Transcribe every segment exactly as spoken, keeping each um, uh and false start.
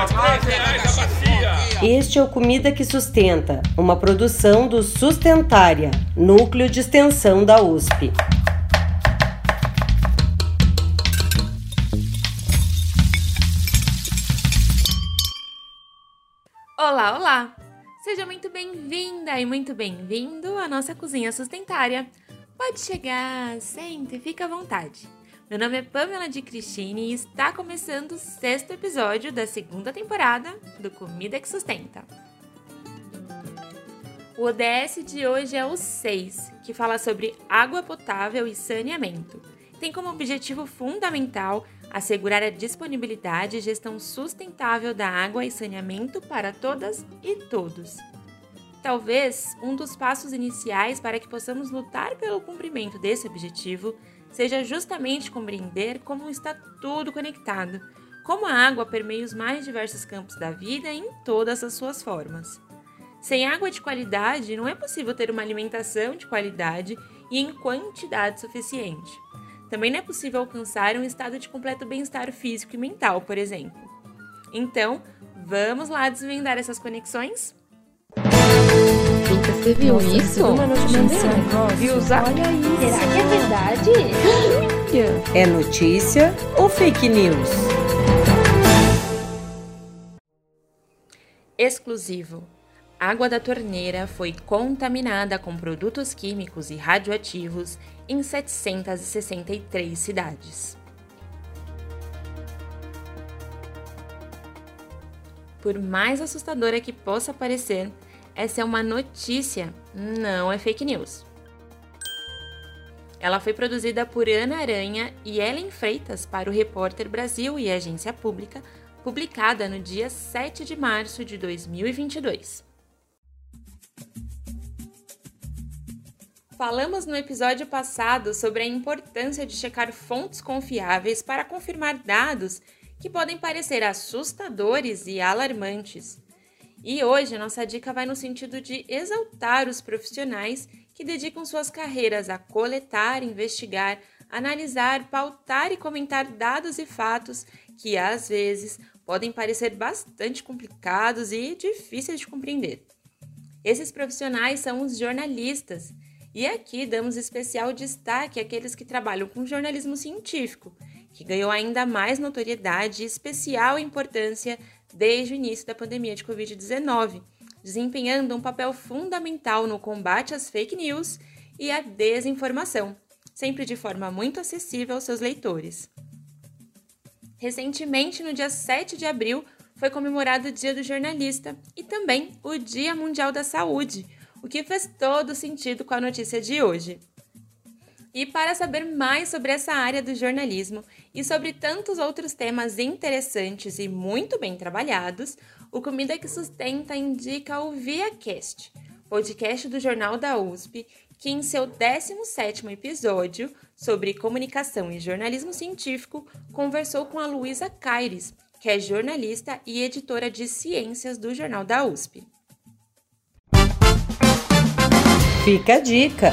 Este é o Comida que Sustenta, uma produção do Sustentária, Núcleo de Extensão da U S P. Olá, olá! Seja muito bem-vinda e muito bem-vindo à nossa Cozinha Sustentária. Pode chegar, sente, fica à vontade. Meu nome é Pamela de Cristine e está começando o sexto episódio da segunda temporada do Comida que Sustenta. O O D S de hoje é o seis, que fala sobre água potável e saneamento. Tem como objetivo fundamental assegurar a disponibilidade e gestão sustentável da água e saneamento para todas e todos. Talvez um dos passos iniciais para que possamos lutar pelo cumprimento desse objetivo seja justamente compreender como está tudo conectado, como a água permeia os mais diversos campos da vida em todas as suas formas. Sem água de qualidade, não é possível ter uma alimentação de qualidade e em quantidade suficiente. Também não é possível alcançar um estado de completo bem-estar físico e mental, por exemplo. Então, vamos lá desvendar essas conexões? Eita, você viu Nossa, isso? Uma notícia. Viu usar? Olha isso. Será que é verdade? É notícia ou fake news? Exclusivo. Água da torneira foi contaminada com produtos químicos e radioativos em setecentas e sessenta e três cidades. Por mais assustadora que possa parecer, essa é uma notícia, não é fake news. Ela foi produzida por Ana Aranha e Ellen Freitas para o Repórter Brasil e Agência Pública, publicada no dia sete de março de dois mil e vinte e dois. Falamos no episódio passado sobre a importância de checar fontes confiáveis para confirmar dados que podem parecer assustadores e alarmantes. E hoje a nossa dica vai no sentido de exaltar os profissionais que dedicam suas carreiras a coletar, investigar, analisar, pautar e comentar dados e fatos que, às vezes, podem parecer bastante complicados e difíceis de compreender. Esses profissionais são os jornalistas, e aqui damos especial destaque àqueles que trabalham com jornalismo científico, que ganhou ainda mais notoriedade e especial importância desde o início da pandemia de covid dezenove, desempenhando um papel fundamental no combate às fake news e à desinformação, sempre de forma muito acessível aos seus leitores. Recentemente, no dia sete de abril, foi comemorado o Dia do Jornalista e também o Dia Mundial da Saúde, o que fez todo sentido com a notícia de hoje. E para saber mais sobre essa área do jornalismo e sobre tantos outros temas interessantes e muito bem trabalhados, o Comida que Sustenta indica o ViaCast, podcast do Jornal da U S P, que em seu décimo sétimo episódio sobre comunicação e jornalismo científico conversou com a Luísa Caires, que é jornalista e editora de ciências do Jornal da U S P. Fica a dica!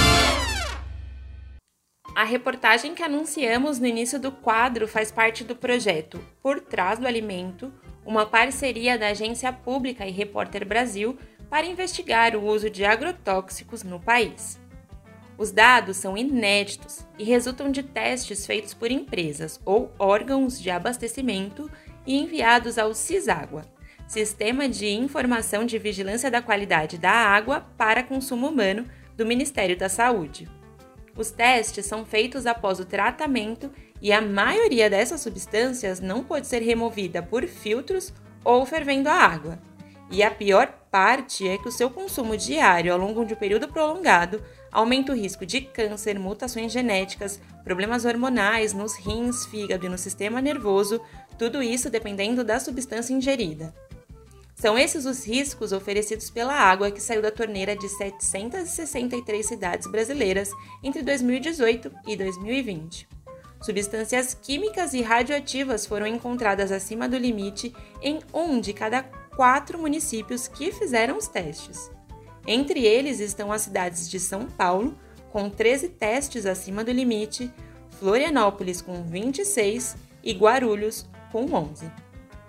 A reportagem que anunciamos no início do quadro faz parte do projeto Por Trás do Alimento, uma parceria da Agência Pública e Repórter Brasil para investigar o uso de agrotóxicos no país. Os dados são inéditos e resultam de testes feitos por empresas ou órgãos de abastecimento e enviados ao CISÁGUA, Sistema de Informação de Vigilância da Qualidade da Água para Consumo Humano do Ministério da Saúde. Os testes são feitos após o tratamento e a maioria dessas substâncias não pode ser removida por filtros ou fervendo a água. E a pior parte é que o seu consumo diário ao longo de um período prolongado aumenta o risco de câncer, mutações genéticas, problemas hormonais nos rins, fígado e no sistema nervoso, tudo isso dependendo da substância ingerida. São esses os riscos oferecidos pela água que saiu da torneira de setecentas e sessenta e três cidades brasileiras entre dois mil e dezoito e dois mil e vinte. Substâncias químicas e radioativas foram encontradas acima do limite em um de cada quatro municípios que fizeram os testes. Entre eles estão as cidades de São Paulo, com treze testes acima do limite, Florianópolis com vinte e seis e Guarulhos com onze.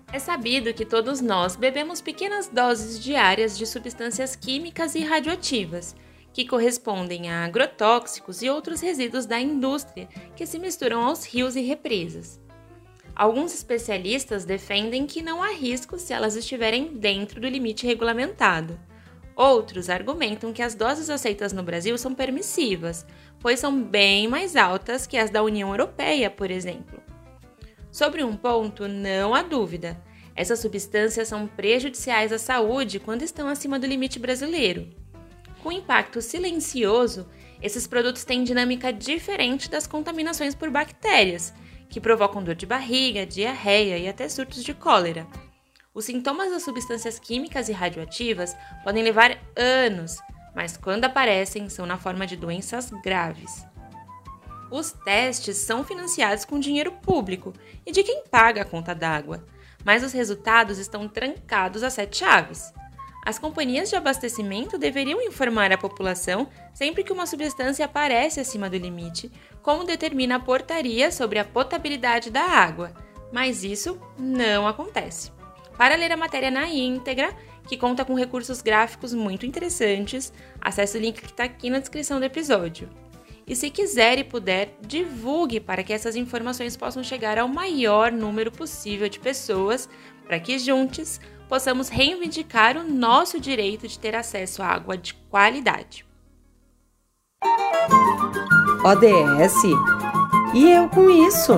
É sabido que todos nós bebemos pequenas doses diárias de substâncias químicas e radioativas, que correspondem a agrotóxicos e outros resíduos da indústria que se misturam aos rios e represas. Alguns especialistas defendem que não há risco se elas estiverem dentro do limite regulamentado. Outros argumentam que as doses aceitas no Brasil são permissivas, pois são bem mais altas que as da União Europeia, por exemplo. Sobre um ponto, não há dúvida. Essas substâncias são prejudiciais à saúde quando estão acima do limite brasileiro. Com impacto silencioso, esses produtos têm dinâmica diferente das contaminações por bactérias, que provocam dor de barriga, diarreia e até surtos de cólera. Os sintomas das substâncias químicas e radioativas podem levar anos, mas quando aparecem, são na forma de doenças graves. Os testes são financiados com dinheiro público e de quem paga a conta d'água, mas os resultados estão trancados a sete chaves. As companhias de abastecimento deveriam informar a população sempre que uma substância aparece acima do limite, como determina a portaria sobre a potabilidade da água, mas isso não acontece. Para ler a matéria na íntegra, que conta com recursos gráficos muito interessantes, acesse o link que está aqui na descrição do episódio. E se quiser e puder, divulgue para que essas informações possam chegar ao maior número possível de pessoas, para que juntos possamos reivindicar o nosso direito de ter acesso à água de qualidade. O D S? E eu com isso?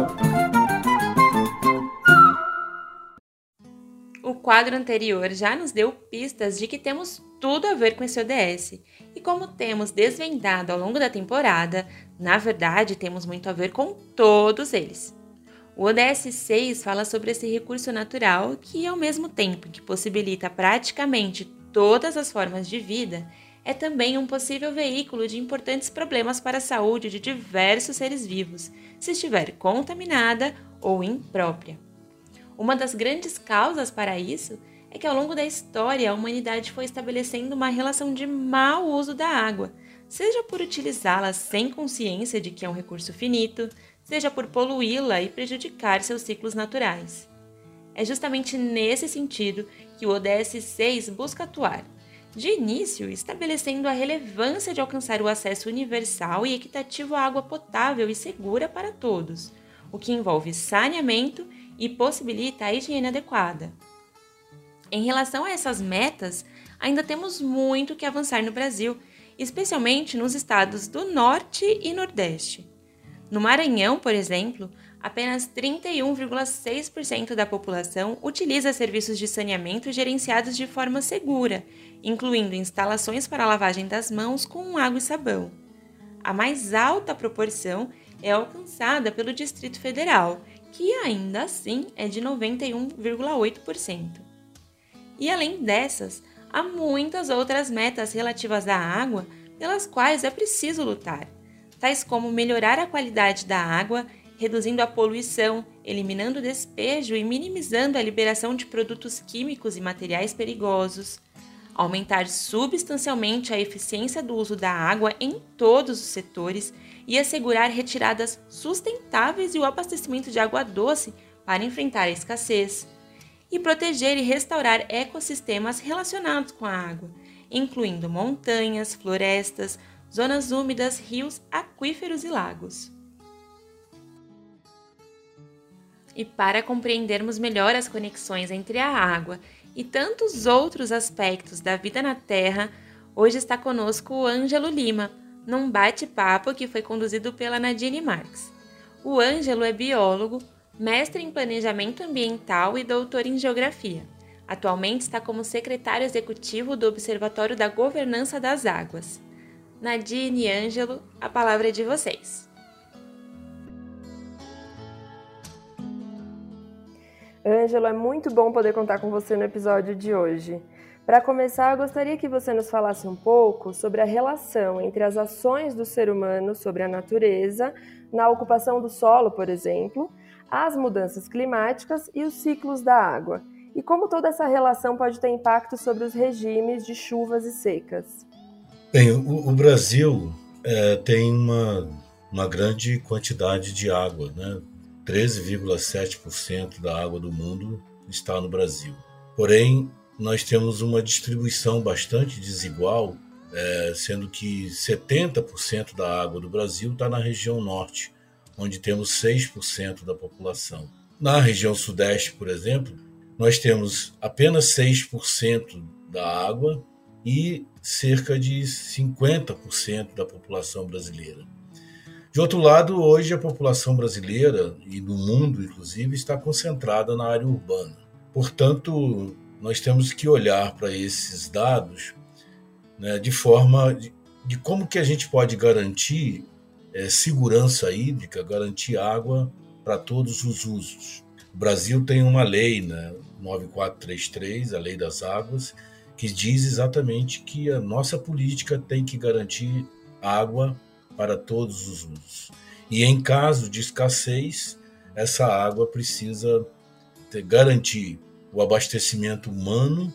O quadro anterior já nos deu pistas de que temos tudo a ver com esse O D S. E como temos desvendado ao longo da temporada, na verdade temos muito a ver com todos eles. O O D S seis fala sobre esse recurso natural que, ao mesmo tempo que possibilita praticamente todas as formas de vida, é também um possível veículo de importantes problemas para a saúde de diversos seres vivos, se estiver contaminada ou imprópria. Uma das grandes causas para isso é que ao longo da história a humanidade foi estabelecendo uma relação de mau uso da água, seja por utilizá-la sem consciência de que é um recurso finito, seja por poluí-la e prejudicar seus ciclos naturais. É justamente nesse sentido que o O D S seis busca atuar, de início estabelecendo a relevância de alcançar o acesso universal e equitativo à água potável e segura para todos, o que envolve saneamento e possibilita a higiene adequada. Em relação a essas metas, ainda temos muito que avançar no Brasil, especialmente nos estados do Norte e Nordeste. No Maranhão, por exemplo, apenas trinta e um vírgula seis por cento da população utiliza serviços de saneamento gerenciados de forma segura, incluindo instalações para lavagem das mãos com água e sabão. A mais alta proporção é alcançada pelo Distrito Federal, que ainda assim é de noventa e um vírgula oito por cento. E além dessas, há muitas outras metas relativas à água pelas quais é preciso lutar, tais como melhorar a qualidade da água, reduzindo a poluição, eliminando o despejo e minimizando a liberação de produtos químicos e materiais perigosos, aumentar substancialmente a eficiência do uso da água em todos os setores e assegurar retiradas sustentáveis e o abastecimento de água doce para enfrentar a escassez, e proteger e restaurar ecossistemas relacionados com a água, incluindo montanhas, florestas, zonas úmidas, rios, aquíferos e lagos. E para compreendermos melhor as conexões entre a água e tantos outros aspectos da vida na Terra, hoje está conosco o Ângelo Lima, num bate-papo que foi conduzido pela Nadine Marques. O Ângelo é biólogo, mestre em planejamento ambiental e doutor em geografia. Atualmente está como secretário executivo do Observatório da Governança das Águas. Nadine e Ângelo, a palavra é de vocês. Ângelo, é muito bom poder contar com você no episódio de hoje. Para começar, eu gostaria que você nos falasse um pouco sobre a relação entre as ações do ser humano sobre a natureza, na ocupação do solo, por exemplo, as mudanças climáticas e os ciclos da água, e como toda essa relação pode ter impacto sobre os regimes de chuvas e secas. Bem, o, o Brasil é, tem uma, uma grande quantidade de água, né? treze vírgula sete por cento da água do mundo está no Brasil. Porém, nós temos uma distribuição bastante desigual, é, sendo que setenta por cento da água do Brasil está na região norte, onde temos seis por cento da população. Na região sudeste, por exemplo, nós temos apenas seis por cento da água e cerca de cinquenta por cento da população brasileira. De outro lado, hoje a população brasileira, e do mundo inclusive, está concentrada na área urbana. Portanto, nós temos que olhar para esses dados, né, de forma de, de como que a gente pode garantir é, segurança hídrica, garantir água para todos os usos. O Brasil tem uma lei, né, nove mil quatrocentos e trinta e três, a Lei das Águas, que diz exatamente que a nossa política tem que garantir água para todos os usos. E em caso de escassez, essa água precisa ter, garantir o abastecimento humano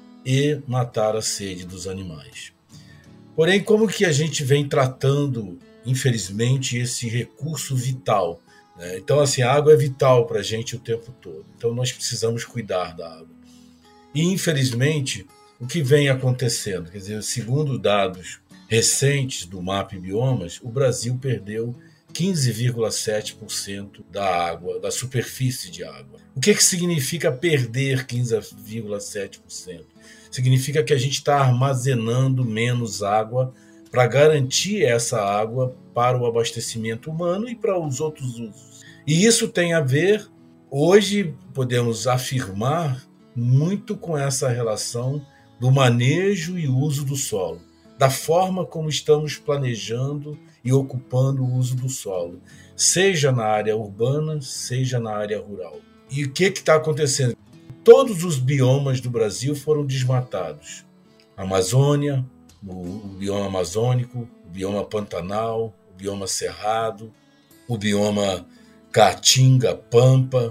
e matar a sede dos animais. Porém, como que a gente vem tratando, infelizmente, esse recurso vital? Né? Então, assim, a água é vital para a gente o tempo todo. Então, nós precisamos cuidar da água. E, infelizmente, o que vem acontecendo? Quer dizer, segundo dados recentes do MAP Biomas, o Brasil perdeu quinze vírgula sete por cento da água, da superfície de água. O que, que significa perder quinze vírgula sete por cento? Significa que a gente está armazenando menos água para garantir essa água para o abastecimento humano e para os outros usos. E isso tem a ver, hoje podemos afirmar, muito com essa relação do manejo e uso do solo, da forma como estamos planejando e ocupando o uso do solo, seja na área urbana, seja na área rural. E o que está acontecendo? Todos os biomas do Brasil foram desmatados. A Amazônia, o, o bioma amazônico, o bioma pantanal, o bioma cerrado, o bioma caatinga, pampa,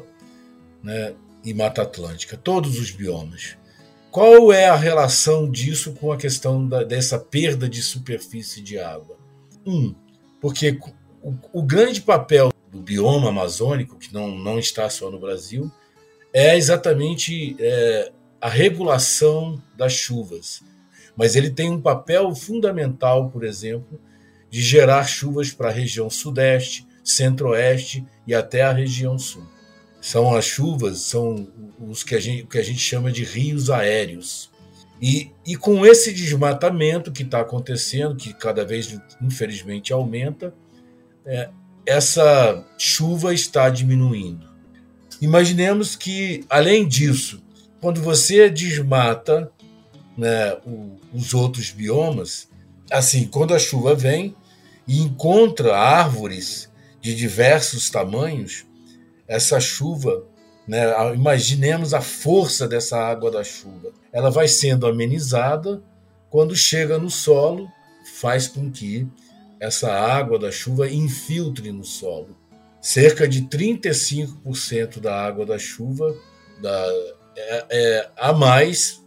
né, e Mata Atlântica, todos os biomas. Qual é a relação disso com a questão da, dessa perda de superfície de água? Um, porque o, o grande papel do bioma amazônico, que não, não está só no Brasil, é exatamente é, a regulação das chuvas. Mas ele tem um papel fundamental, por exemplo, de gerar chuvas para a região sudeste, centro-oeste e até a região sul. São as chuvas, são os que a gente, o que a gente chama de rios aéreos. E, e com esse desmatamento que está acontecendo, que cada vez, infelizmente, aumenta, é, essa chuva está diminuindo. Imaginemos que, além disso, quando você desmata, né, o, os outros biomas, assim, quando a chuva vem e encontra árvores de diversos tamanhos, essa chuva, né, imaginemos a força dessa água da chuva. Ela vai sendo amenizada, quando chega no solo, faz com que essa água da chuva infiltre no solo. Cerca de trinta e cinco por cento da água da chuva da, é, é, a mais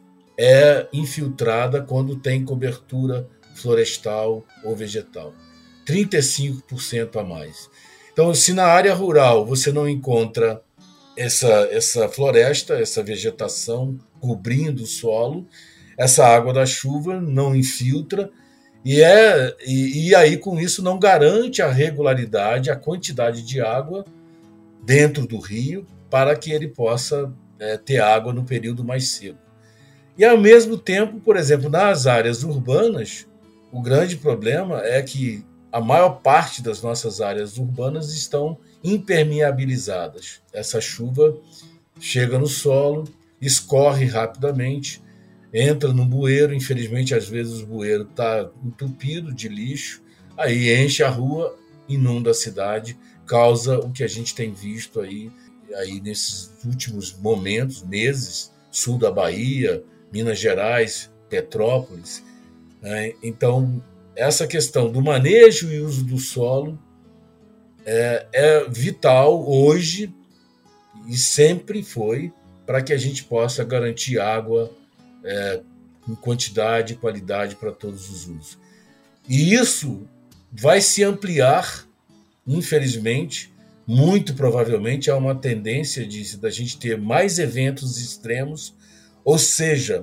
é infiltrada quando tem cobertura florestal ou vegetal. trinta e cinco por cento a mais. Então, se na área rural você não encontra essa, essa floresta, essa vegetação cobrindo o solo, essa água da chuva não infiltra e, é, e, e aí com isso não garante a regularidade, a quantidade de água dentro do rio para que ele possa é, ter água no período mais seco. E ao mesmo tempo, por exemplo, nas áreas urbanas, o grande problema é que a maior parte das nossas áreas urbanas estão impermeabilizadas. Essa chuva chega no solo, escorre rapidamente, entra no bueiro, infelizmente às vezes o bueiro está entupido de lixo, aí enche a rua, inunda a cidade, causa o que a gente tem visto aí, aí nesses últimos momentos, meses, sul da Bahia, Minas Gerais, Petrópolis. Né? Então, essa questão do manejo e uso do solo é, é vital hoje e sempre foi para que a gente possa garantir água é, em quantidade e qualidade para todos os usos. E isso vai se ampliar, infelizmente, muito provavelmente há uma tendência de da gente ter mais eventos extremos, ou seja,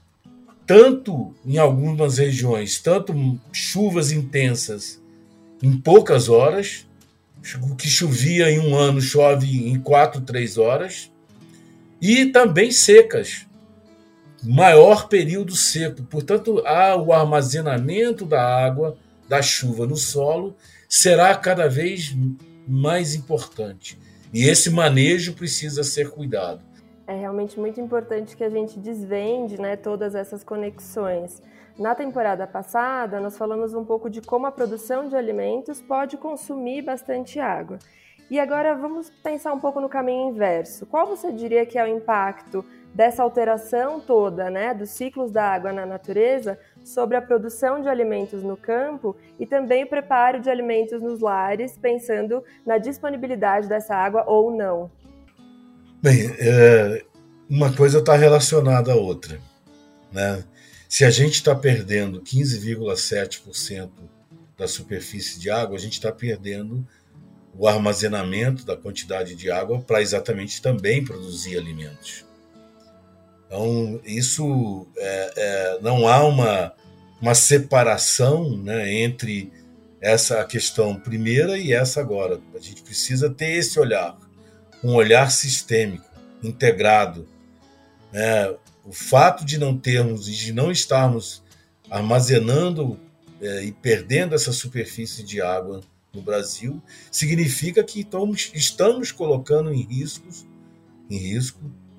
tanto em algumas regiões, tanto chuvas intensas em poucas horas, o que chovia em um ano chove em quatro, três horas, e também secas, maior período seco. Portanto, há o armazenamento da água, da chuva no solo, será cada vez mais importante. E esse manejo precisa ser cuidado. É realmente muito importante que a gente desvende, né, todas essas conexões. Na temporada passada, nós falamos um pouco de como a produção de alimentos pode consumir bastante água. E agora vamos pensar um pouco no caminho inverso. Qual você diria que é o impacto dessa alteração toda, né, dos ciclos da água na natureza sobre a produção de alimentos no campo e também o preparo de alimentos nos lares, pensando na disponibilidade dessa água ou não? Bem, é, uma coisa está relacionada à outra, né? Se a gente está perdendo quinze vírgula sete por cento da superfície de água, a gente está perdendo o armazenamento da quantidade de água para exatamente também produzir alimentos. Então, isso é, é, não há uma, uma separação, né, entre essa questão primeira e essa agora. A gente precisa ter esse olhar, um olhar sistêmico, integrado. Né? O fato de não termos e de não estarmos armazenando é, e perdendo essa superfície de água no Brasil significa que estamos, estamos colocando em, riscos, em risco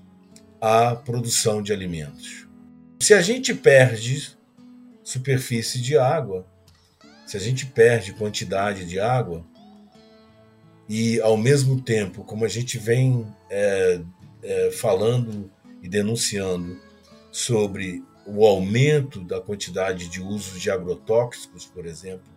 a produção de alimentos. Se a gente perde superfície de água, se a gente perde quantidade de água, e ao mesmo tempo, como a gente vem é, é, falando e denunciando sobre o aumento da quantidade de uso de agrotóxicos, por exemplo,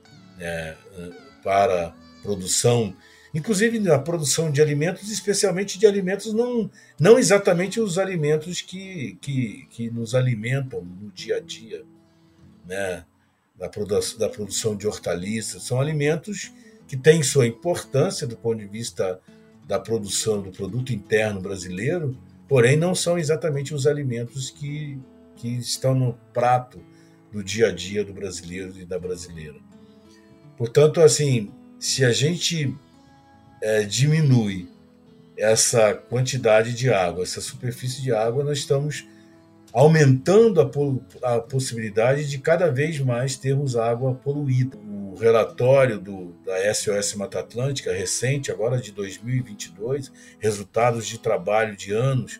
é, para produção, inclusive na produção de alimentos, especialmente de alimentos, não, não exatamente os alimentos que, que, que nos alimentam no dia a dia, né? da, produ da produção de hortaliças, são alimentos que têm sua importância do ponto de vista da produção do produto interno brasileiro, porém não são exatamente os alimentos que, que estão no prato do dia a dia do brasileiro e da brasileira. Portanto, assim, se a gente é, diminui essa quantidade de água, essa superfície de água, nós estamos aumentando a, po a possibilidade de cada vez mais termos água poluída. O relatório do, da S O S Mata Atlântica, recente, agora de dois mil e vinte e dois, resultados de trabalho de anos,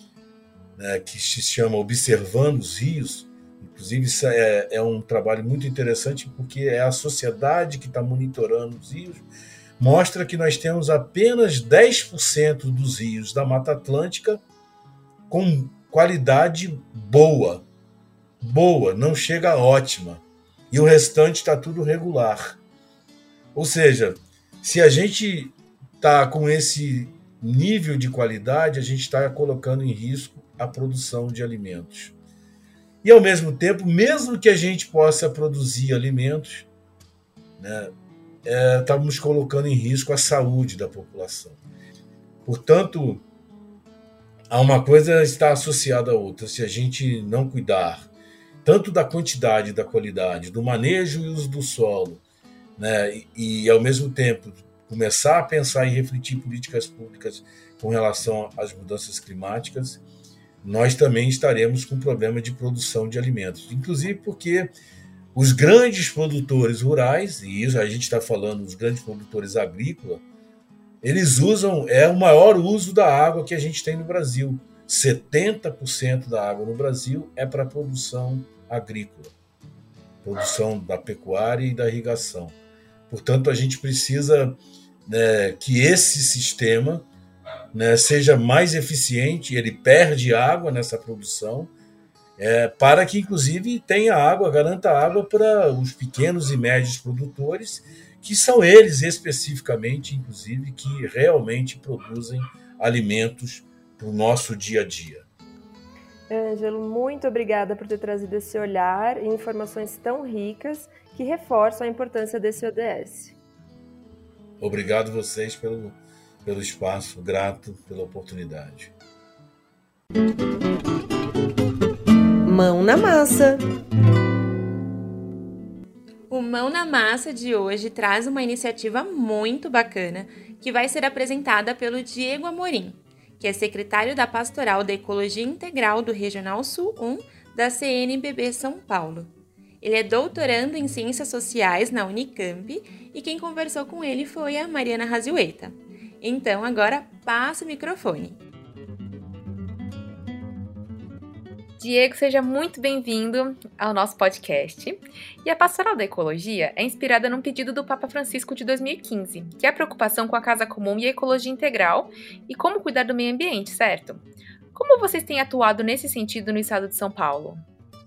né, que se chama Observando os Rios. Inclusive, isso é, é um trabalho muito interessante, porque é a sociedade que está monitorando os rios, mostra que nós temos apenas dez por cento dos rios da Mata Atlântica com qualidade boa, boa, não chega a ótima, e o restante está tudo regular. Ou seja, se a gente está com esse nível de qualidade, a gente está colocando em risco a produção de alimentos. E, ao mesmo tempo, mesmo que a gente possa produzir alimentos, né, é, estamos colocando em risco a saúde da população. Portanto, há uma coisa está associada à outra. Se a gente não cuidar tanto da quantidade e da qualidade, do manejo e uso do solo, né, e, e, ao mesmo tempo, começar a pensar e refletir políticas públicas com relação às mudanças climáticas, nós também estaremos com problema de produção de alimentos. Inclusive porque os grandes produtores rurais, e isso a gente está falando dos grandes produtores agrícolas, eles usam, é o maior uso da água que a gente tem no Brasil. setenta por cento da água no Brasil é para a produção agrícola, produção da pecuária e da irrigação. Portanto, a gente precisa, né, que esse sistema, né, seja mais eficiente, ele perde água nessa produção, é, para que, inclusive, tenha água, garanta água para os pequenos e médios produtores, que são eles especificamente, inclusive, que realmente produzem alimentos para o nosso dia a dia. Ângelo, muito obrigada por ter trazido esse olhar e informações tão ricas que reforçam a importância desse O D S. Obrigado vocês pelo, pelo espaço, grato pela oportunidade. Mão na massa. O Mão na Massa de hoje traz uma iniciativa muito bacana que vai ser apresentada pelo Diego Amorim, que é secretário da Pastoral da Ecologia Integral do Regional Sul um da C N B B São Paulo. Ele é doutorando em Ciências Sociais na Unicamp e quem conversou com ele foi a Mariana Raziueta. Então, agora passa o microfone. Diego, seja muito bem-vindo ao nosso podcast. E a Pastoral da Ecologia é inspirada num pedido do Papa Francisco de dois mil e quinze, que é a preocupação com a casa comum e a ecologia integral e como cuidar do meio ambiente, certo? Como vocês têm atuado nesse sentido no estado de São Paulo?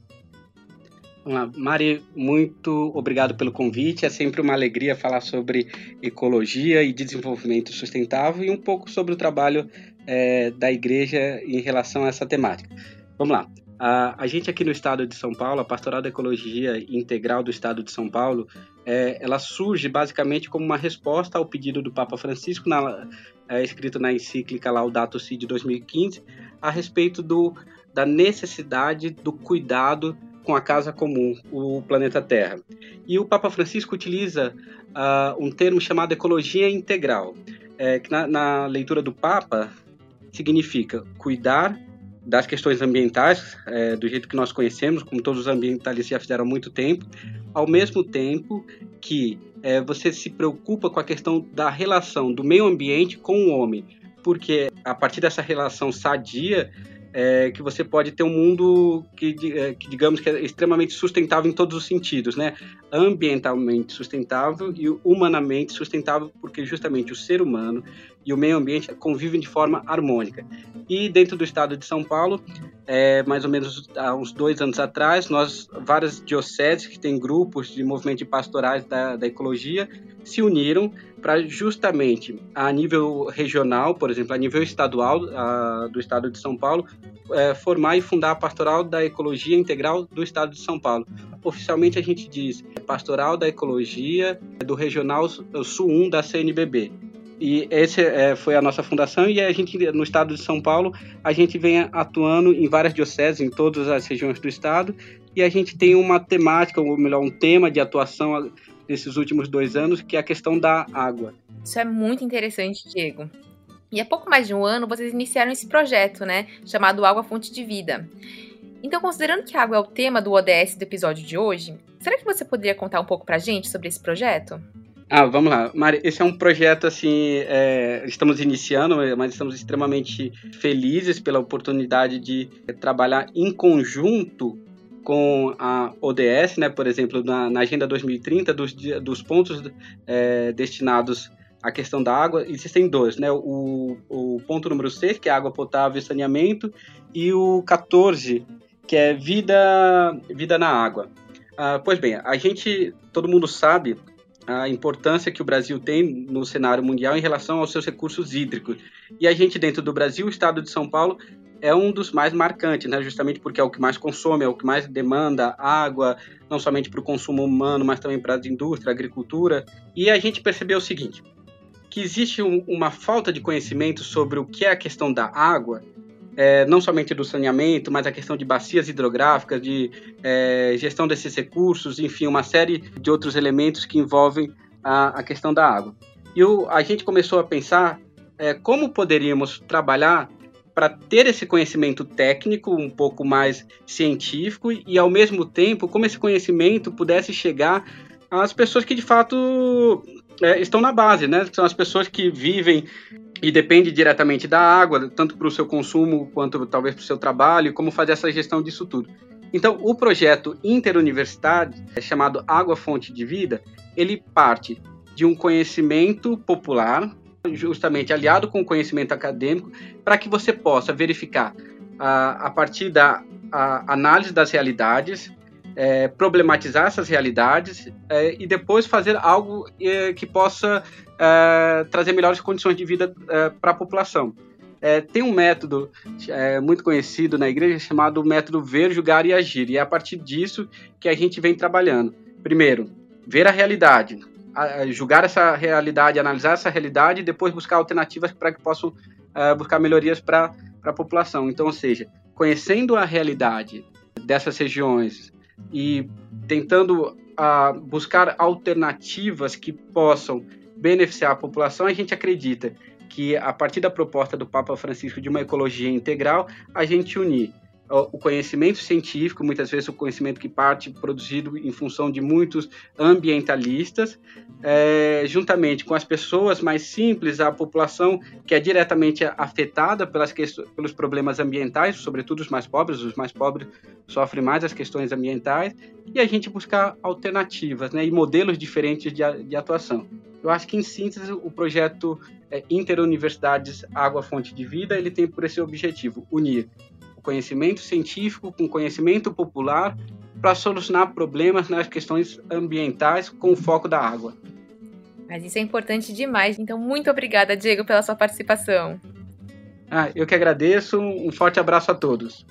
Vamos lá, Mari, muito obrigado pelo convite. É sempre uma alegria falar sobre ecologia e desenvolvimento sustentável e um pouco sobre o trabalho é, da igreja em relação a essa temática. Vamos lá. A, a gente aqui no estado de São Paulo, a Pastoral da Ecologia Integral do estado de São Paulo, é, ela surge basicamente como uma resposta ao pedido do Papa Francisco, na, é, escrito na encíclica Laudato Si de dois mil e quinze, a respeito do, da necessidade do cuidado com a casa comum, o planeta Terra. E o Papa Francisco utiliza uh, um termo chamado ecologia integral, é, que na, na leitura do Papa significa cuidar das questões ambientais, é, do jeito que nós conhecemos, como todos os ambientalistas já fizeram há muito tempo, ao mesmo tempo que é, você se preocupa com a questão da relação do meio ambiente com o homem, porque a partir dessa relação sadia, é, que você pode ter um mundo que, que, digamos, que é extremamente sustentável em todos os sentidos, né? Ambientalmente sustentável e humanamente sustentável, porque justamente o ser humano e o meio ambiente convivem de forma harmônica. E dentro do estado de São Paulo, é, mais ou menos há uns dois anos atrás, nós, várias dioceses que têm grupos de movimento de pastorais da, da ecologia, se uniram para justamente, a nível regional, por exemplo, a nível estadual a, do estado de São Paulo, é, formar e fundar a Pastoral da Ecologia Integral do estado de São Paulo. Oficialmente a gente diz Pastoral da Ecologia do Regional Sul um da C N B B. E essa é, foi a nossa fundação, e a gente, no estado de São Paulo, a gente vem atuando em várias dioceses, em todas as regiões do estado, e a gente tem uma temática, ou melhor, um tema de atuação nesses últimos dois anos, que é a questão da água. Isso é muito interessante, Diego. E há pouco mais de um ano, vocês iniciaram esse projeto, né, chamado Água Fonte de Vida. Então, considerando que a água é o tema do O D S do episódio de hoje, será que você poderia contar um pouco pra gente sobre esse projeto? Ah, vamos lá. Mari, esse é um projeto, assim, é, estamos iniciando, mas estamos extremamente felizes pela oportunidade de trabalhar em conjunto com a O D S, né? Por exemplo, na, na Agenda dois mil e trinta, dos, dos pontos é, destinados à questão da água, existem dois, né? O, o ponto número seis, que é água potável e saneamento, e o quatorze, que é vida, vida na água. Ah, pois bem, a gente, todo mundo sabe a importância que o Brasil tem no cenário mundial em relação aos seus recursos hídricos. E a gente, dentro do Brasil, o estado de São Paulo é um dos mais marcantes, né? Justamente porque é o que mais consome, é o que mais demanda água, não somente para o consumo humano, mas também para a indústria, a agricultura. E a gente percebeu o seguinte, que existe um, uma falta de conhecimento sobre o que é a questão da água, é, não somente do saneamento, mas a questão de bacias hidrográficas, de é, gestão desses recursos, enfim, uma série de outros elementos que envolvem a, a questão da água. E o, a gente começou a pensar é, como poderíamos trabalhar para ter esse conhecimento técnico, um pouco mais científico, e ao mesmo tempo, como esse conhecimento pudesse chegar às pessoas que de fato é, estão na base, né? São as pessoas que vivem e dependem diretamente da água, tanto para o seu consumo quanto talvez para o seu trabalho, como fazer essa gestão disso tudo. Então, o projeto interuniversitário, chamado Água Fonte de Vida, ele parte de um conhecimento popular, justamente aliado com o conhecimento acadêmico, para que você possa verificar, a, a partir da a análise das realidades, é, problematizar essas realidades é, e depois fazer algo é, que possa é, trazer melhores condições de vida é, para a população. É, tem um método é, muito conhecido na igreja chamado método Ver, Julgar e Agir, e é a partir disso que a gente vem trabalhando. Primeiro, ver a realidade, a, julgar essa realidade, analisar essa realidade e depois buscar alternativas para que possam uh, buscar melhorias para a população. Então, ou seja, conhecendo a realidade dessas regiões e tentando uh, buscar alternativas que possam beneficiar a população, a gente acredita que, a partir da proposta do Papa Francisco de uma ecologia integral, a gente unir o conhecimento científico, muitas vezes o conhecimento que parte produzido em função de muitos ambientalistas, é, juntamente com as pessoas mais simples, a população que é diretamente afetada pelas questões, pelos problemas ambientais, sobretudo os mais pobres, os mais pobres sofrem mais as questões ambientais, e a gente buscar alternativas, né, e modelos diferentes de, de atuação. Eu acho que, em síntese, o projeto é, Interuniversidades Água Fonte de Vida, ele tem por esse objetivo, unir o conhecimento científico com conhecimento popular para solucionar problemas nas questões ambientais com o foco da água. Mas isso é importante demais, então muito obrigada, Diego, pela sua participação. Ah, eu que agradeço, um forte abraço a todos.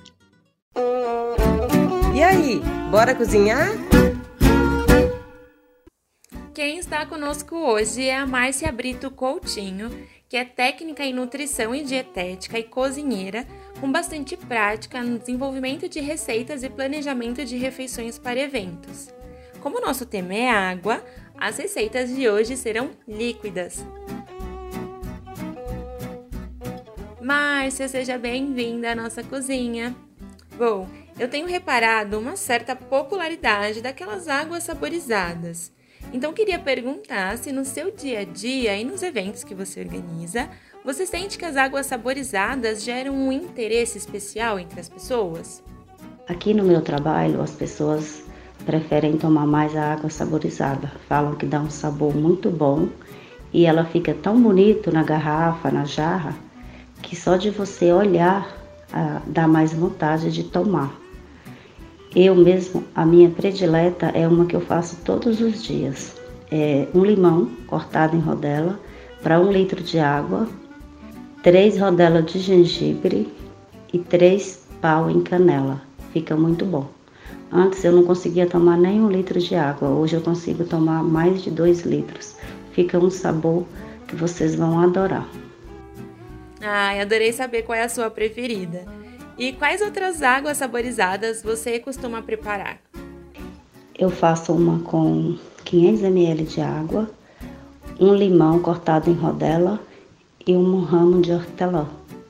E aí, bora cozinhar? Quem está conosco hoje é a Márcia Brito Coutinho, que é técnica em nutrição e dietética e cozinheira, com bastante prática no desenvolvimento de receitas e planejamento de refeições para eventos. Como o nosso tema é água, as receitas de hoje serão líquidas. Márcia, seja bem-vinda à nossa cozinha. Bom, eu tenho reparado uma certa popularidade daquelas águas saborizadas. Então, queria perguntar se no seu dia a dia e nos eventos que você organiza, você sente que as águas saborizadas geram um interesse especial entre as pessoas? Aqui no meu trabalho, as pessoas preferem tomar mais a água saborizada. Falam que dá um sabor muito bom e ela fica tão bonito na garrafa, na jarra, que só de você olhar ah, dá mais vontade de tomar. Eu mesmo, a minha predileta é uma que eu faço todos os dias. É um limão cortado em rodela para um litro de água, três rodelas de gengibre e três pau em canela. Fica muito bom. Antes eu não conseguia tomar nem um litro de água, hoje eu consigo tomar mais de dois litros. Fica um sabor que vocês vão adorar. Ai, adorei saber qual é a sua preferida. E quais outras águas saborizadas você costuma preparar? Eu faço uma com quinhentos mililitros de água, um limão cortado em rodela e um ramo de hortelã.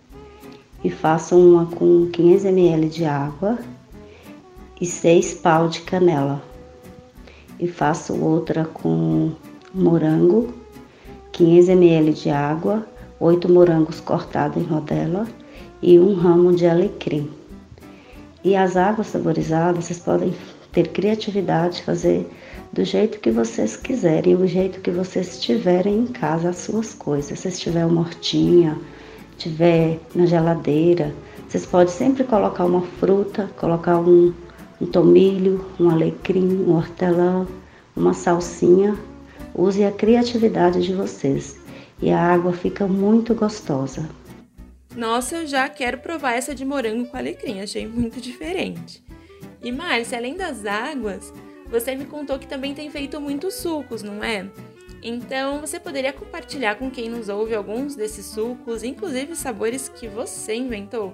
E faço uma com quinhentos mililitros de água e seis pau de canela. E faço outra com morango, quinhentos mililitros de água, oito morangos cortados em rodela e um ramo de alecrim. E as águas saborizadas, vocês podem ter criatividade, fazer do jeito que vocês quiserem, o jeito que vocês tiverem em casa as suas coisas. Se tiver uma hortinha, tiver na geladeira, vocês podem sempre colocar uma fruta, colocar um, um tomilho, um alecrim, um hortelã, uma salsinha. Use a criatividade de vocês e a água fica muito gostosa. Nossa, eu já quero provar essa de morango com alecrim, achei muito diferente. E Márcia, além das águas, você me contou que também tem feito muitos sucos, não é? Então, você poderia compartilhar com quem nos ouve alguns desses sucos, inclusive sabores que você inventou?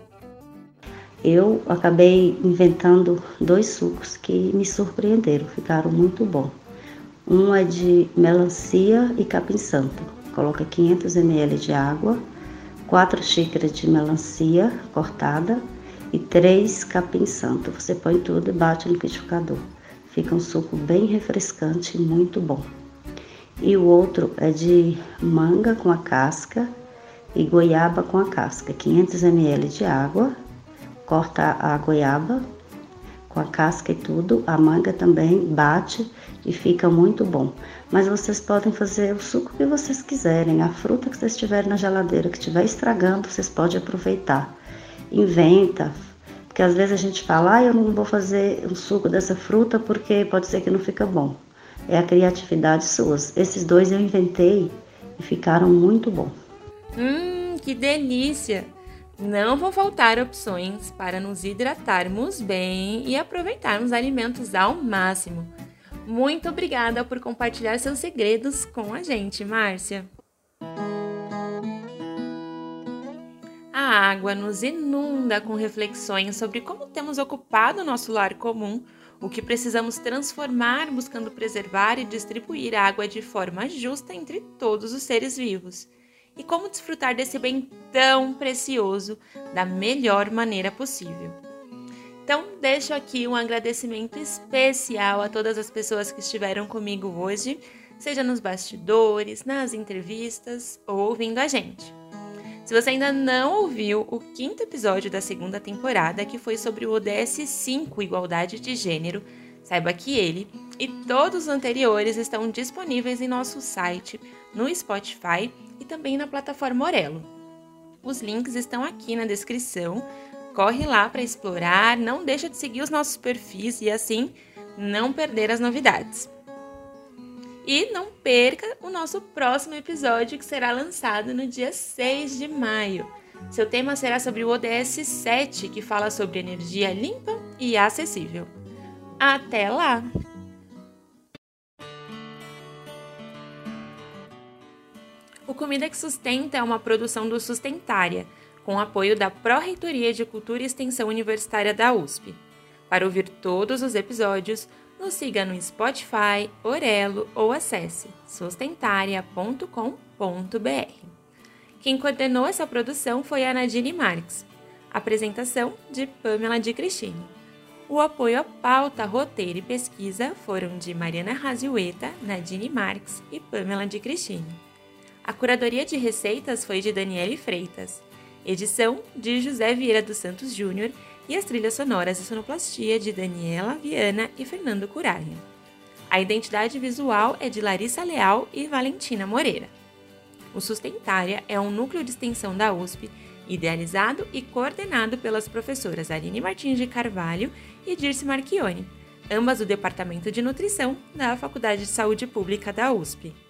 Eu acabei inventando dois sucos que me surpreenderam, ficaram muito bons. Um é de melancia e capim santo. Coloca quinhentos mililitros de água, quatro xícaras de melancia cortada e três capim santo. Você põe tudo e bate no liquidificador. Fica um suco bem refrescante e muito bom. E o outro é de manga com a casca e goiaba com a casca. quinhentos mililitros de água, corta a goiaba com a casca e tudo, a manga também bate e fica muito bom. Mas vocês podem fazer o suco que vocês quiserem, a fruta que vocês tiverem na geladeira, que estiver estragando, vocês podem aproveitar. Inventa, porque às vezes a gente fala, ah, eu não vou fazer um suco dessa fruta porque pode ser que não fica bom. É a criatividade sua. Esses dois eu inventei e ficaram muito bons. Hum, que delícia! Não vão faltar opções para nos hidratarmos bem e aproveitarmos alimentos ao máximo. Muito obrigada por compartilhar seus segredos com a gente, Márcia. A água nos inunda com reflexões sobre como temos ocupado nosso lar comum, o que precisamos transformar buscando preservar e distribuir a água de forma justa entre todos os seres vivos, e como desfrutar desse bem tão precioso da melhor maneira possível. Então, deixo aqui um agradecimento especial a todas as pessoas que estiveram comigo hoje, seja nos bastidores, nas entrevistas ou ouvindo a gente. Se você ainda não ouviu o quinto episódio da segunda temporada, que foi sobre o O D S cinco, Igualdade de Gênero, saiba que ele e todos os anteriores estão disponíveis em nosso site, no Spotify e também na plataforma Orelo. Os links estão aqui na descrição. Corre lá para explorar, não deixa de seguir os nossos perfis e assim não perder as novidades. E não perca o nosso próximo episódio, que será lançado no dia seis de maio. Seu tema será sobre o O D S sete, que fala sobre energia limpa e acessível. Até lá! O Comida que Sustenta é uma produção do Sustentária, com apoio da Pró-Reitoria de Cultura e Extensão Universitária da U S P. Para ouvir todos os episódios, nos siga no Spotify, Orelo ou acesse sustentaria ponto com ponto b r. Quem coordenou essa produção foi a Nadine Marques. Apresentação de Pamela de Cristine. O apoio à pauta, roteiro e pesquisa foram de Mariana Raziueta, Nadine Marques e Pamela de Cristine. A curadoria de receitas foi de Daniele Freitas. Edição de José Vieira dos Santos Júnior e as trilhas sonoras e sonoplastia de Daniela Viana e Fernando Curaia. A identidade visual é de Larissa Leal e Valentina Moreira. O Sustentária é um núcleo de extensão da U S P, idealizado e coordenado pelas professoras Aline Martins de Carvalho e Dirce Marchione, ambas do Departamento de Nutrição da Faculdade de Saúde Pública da U S P.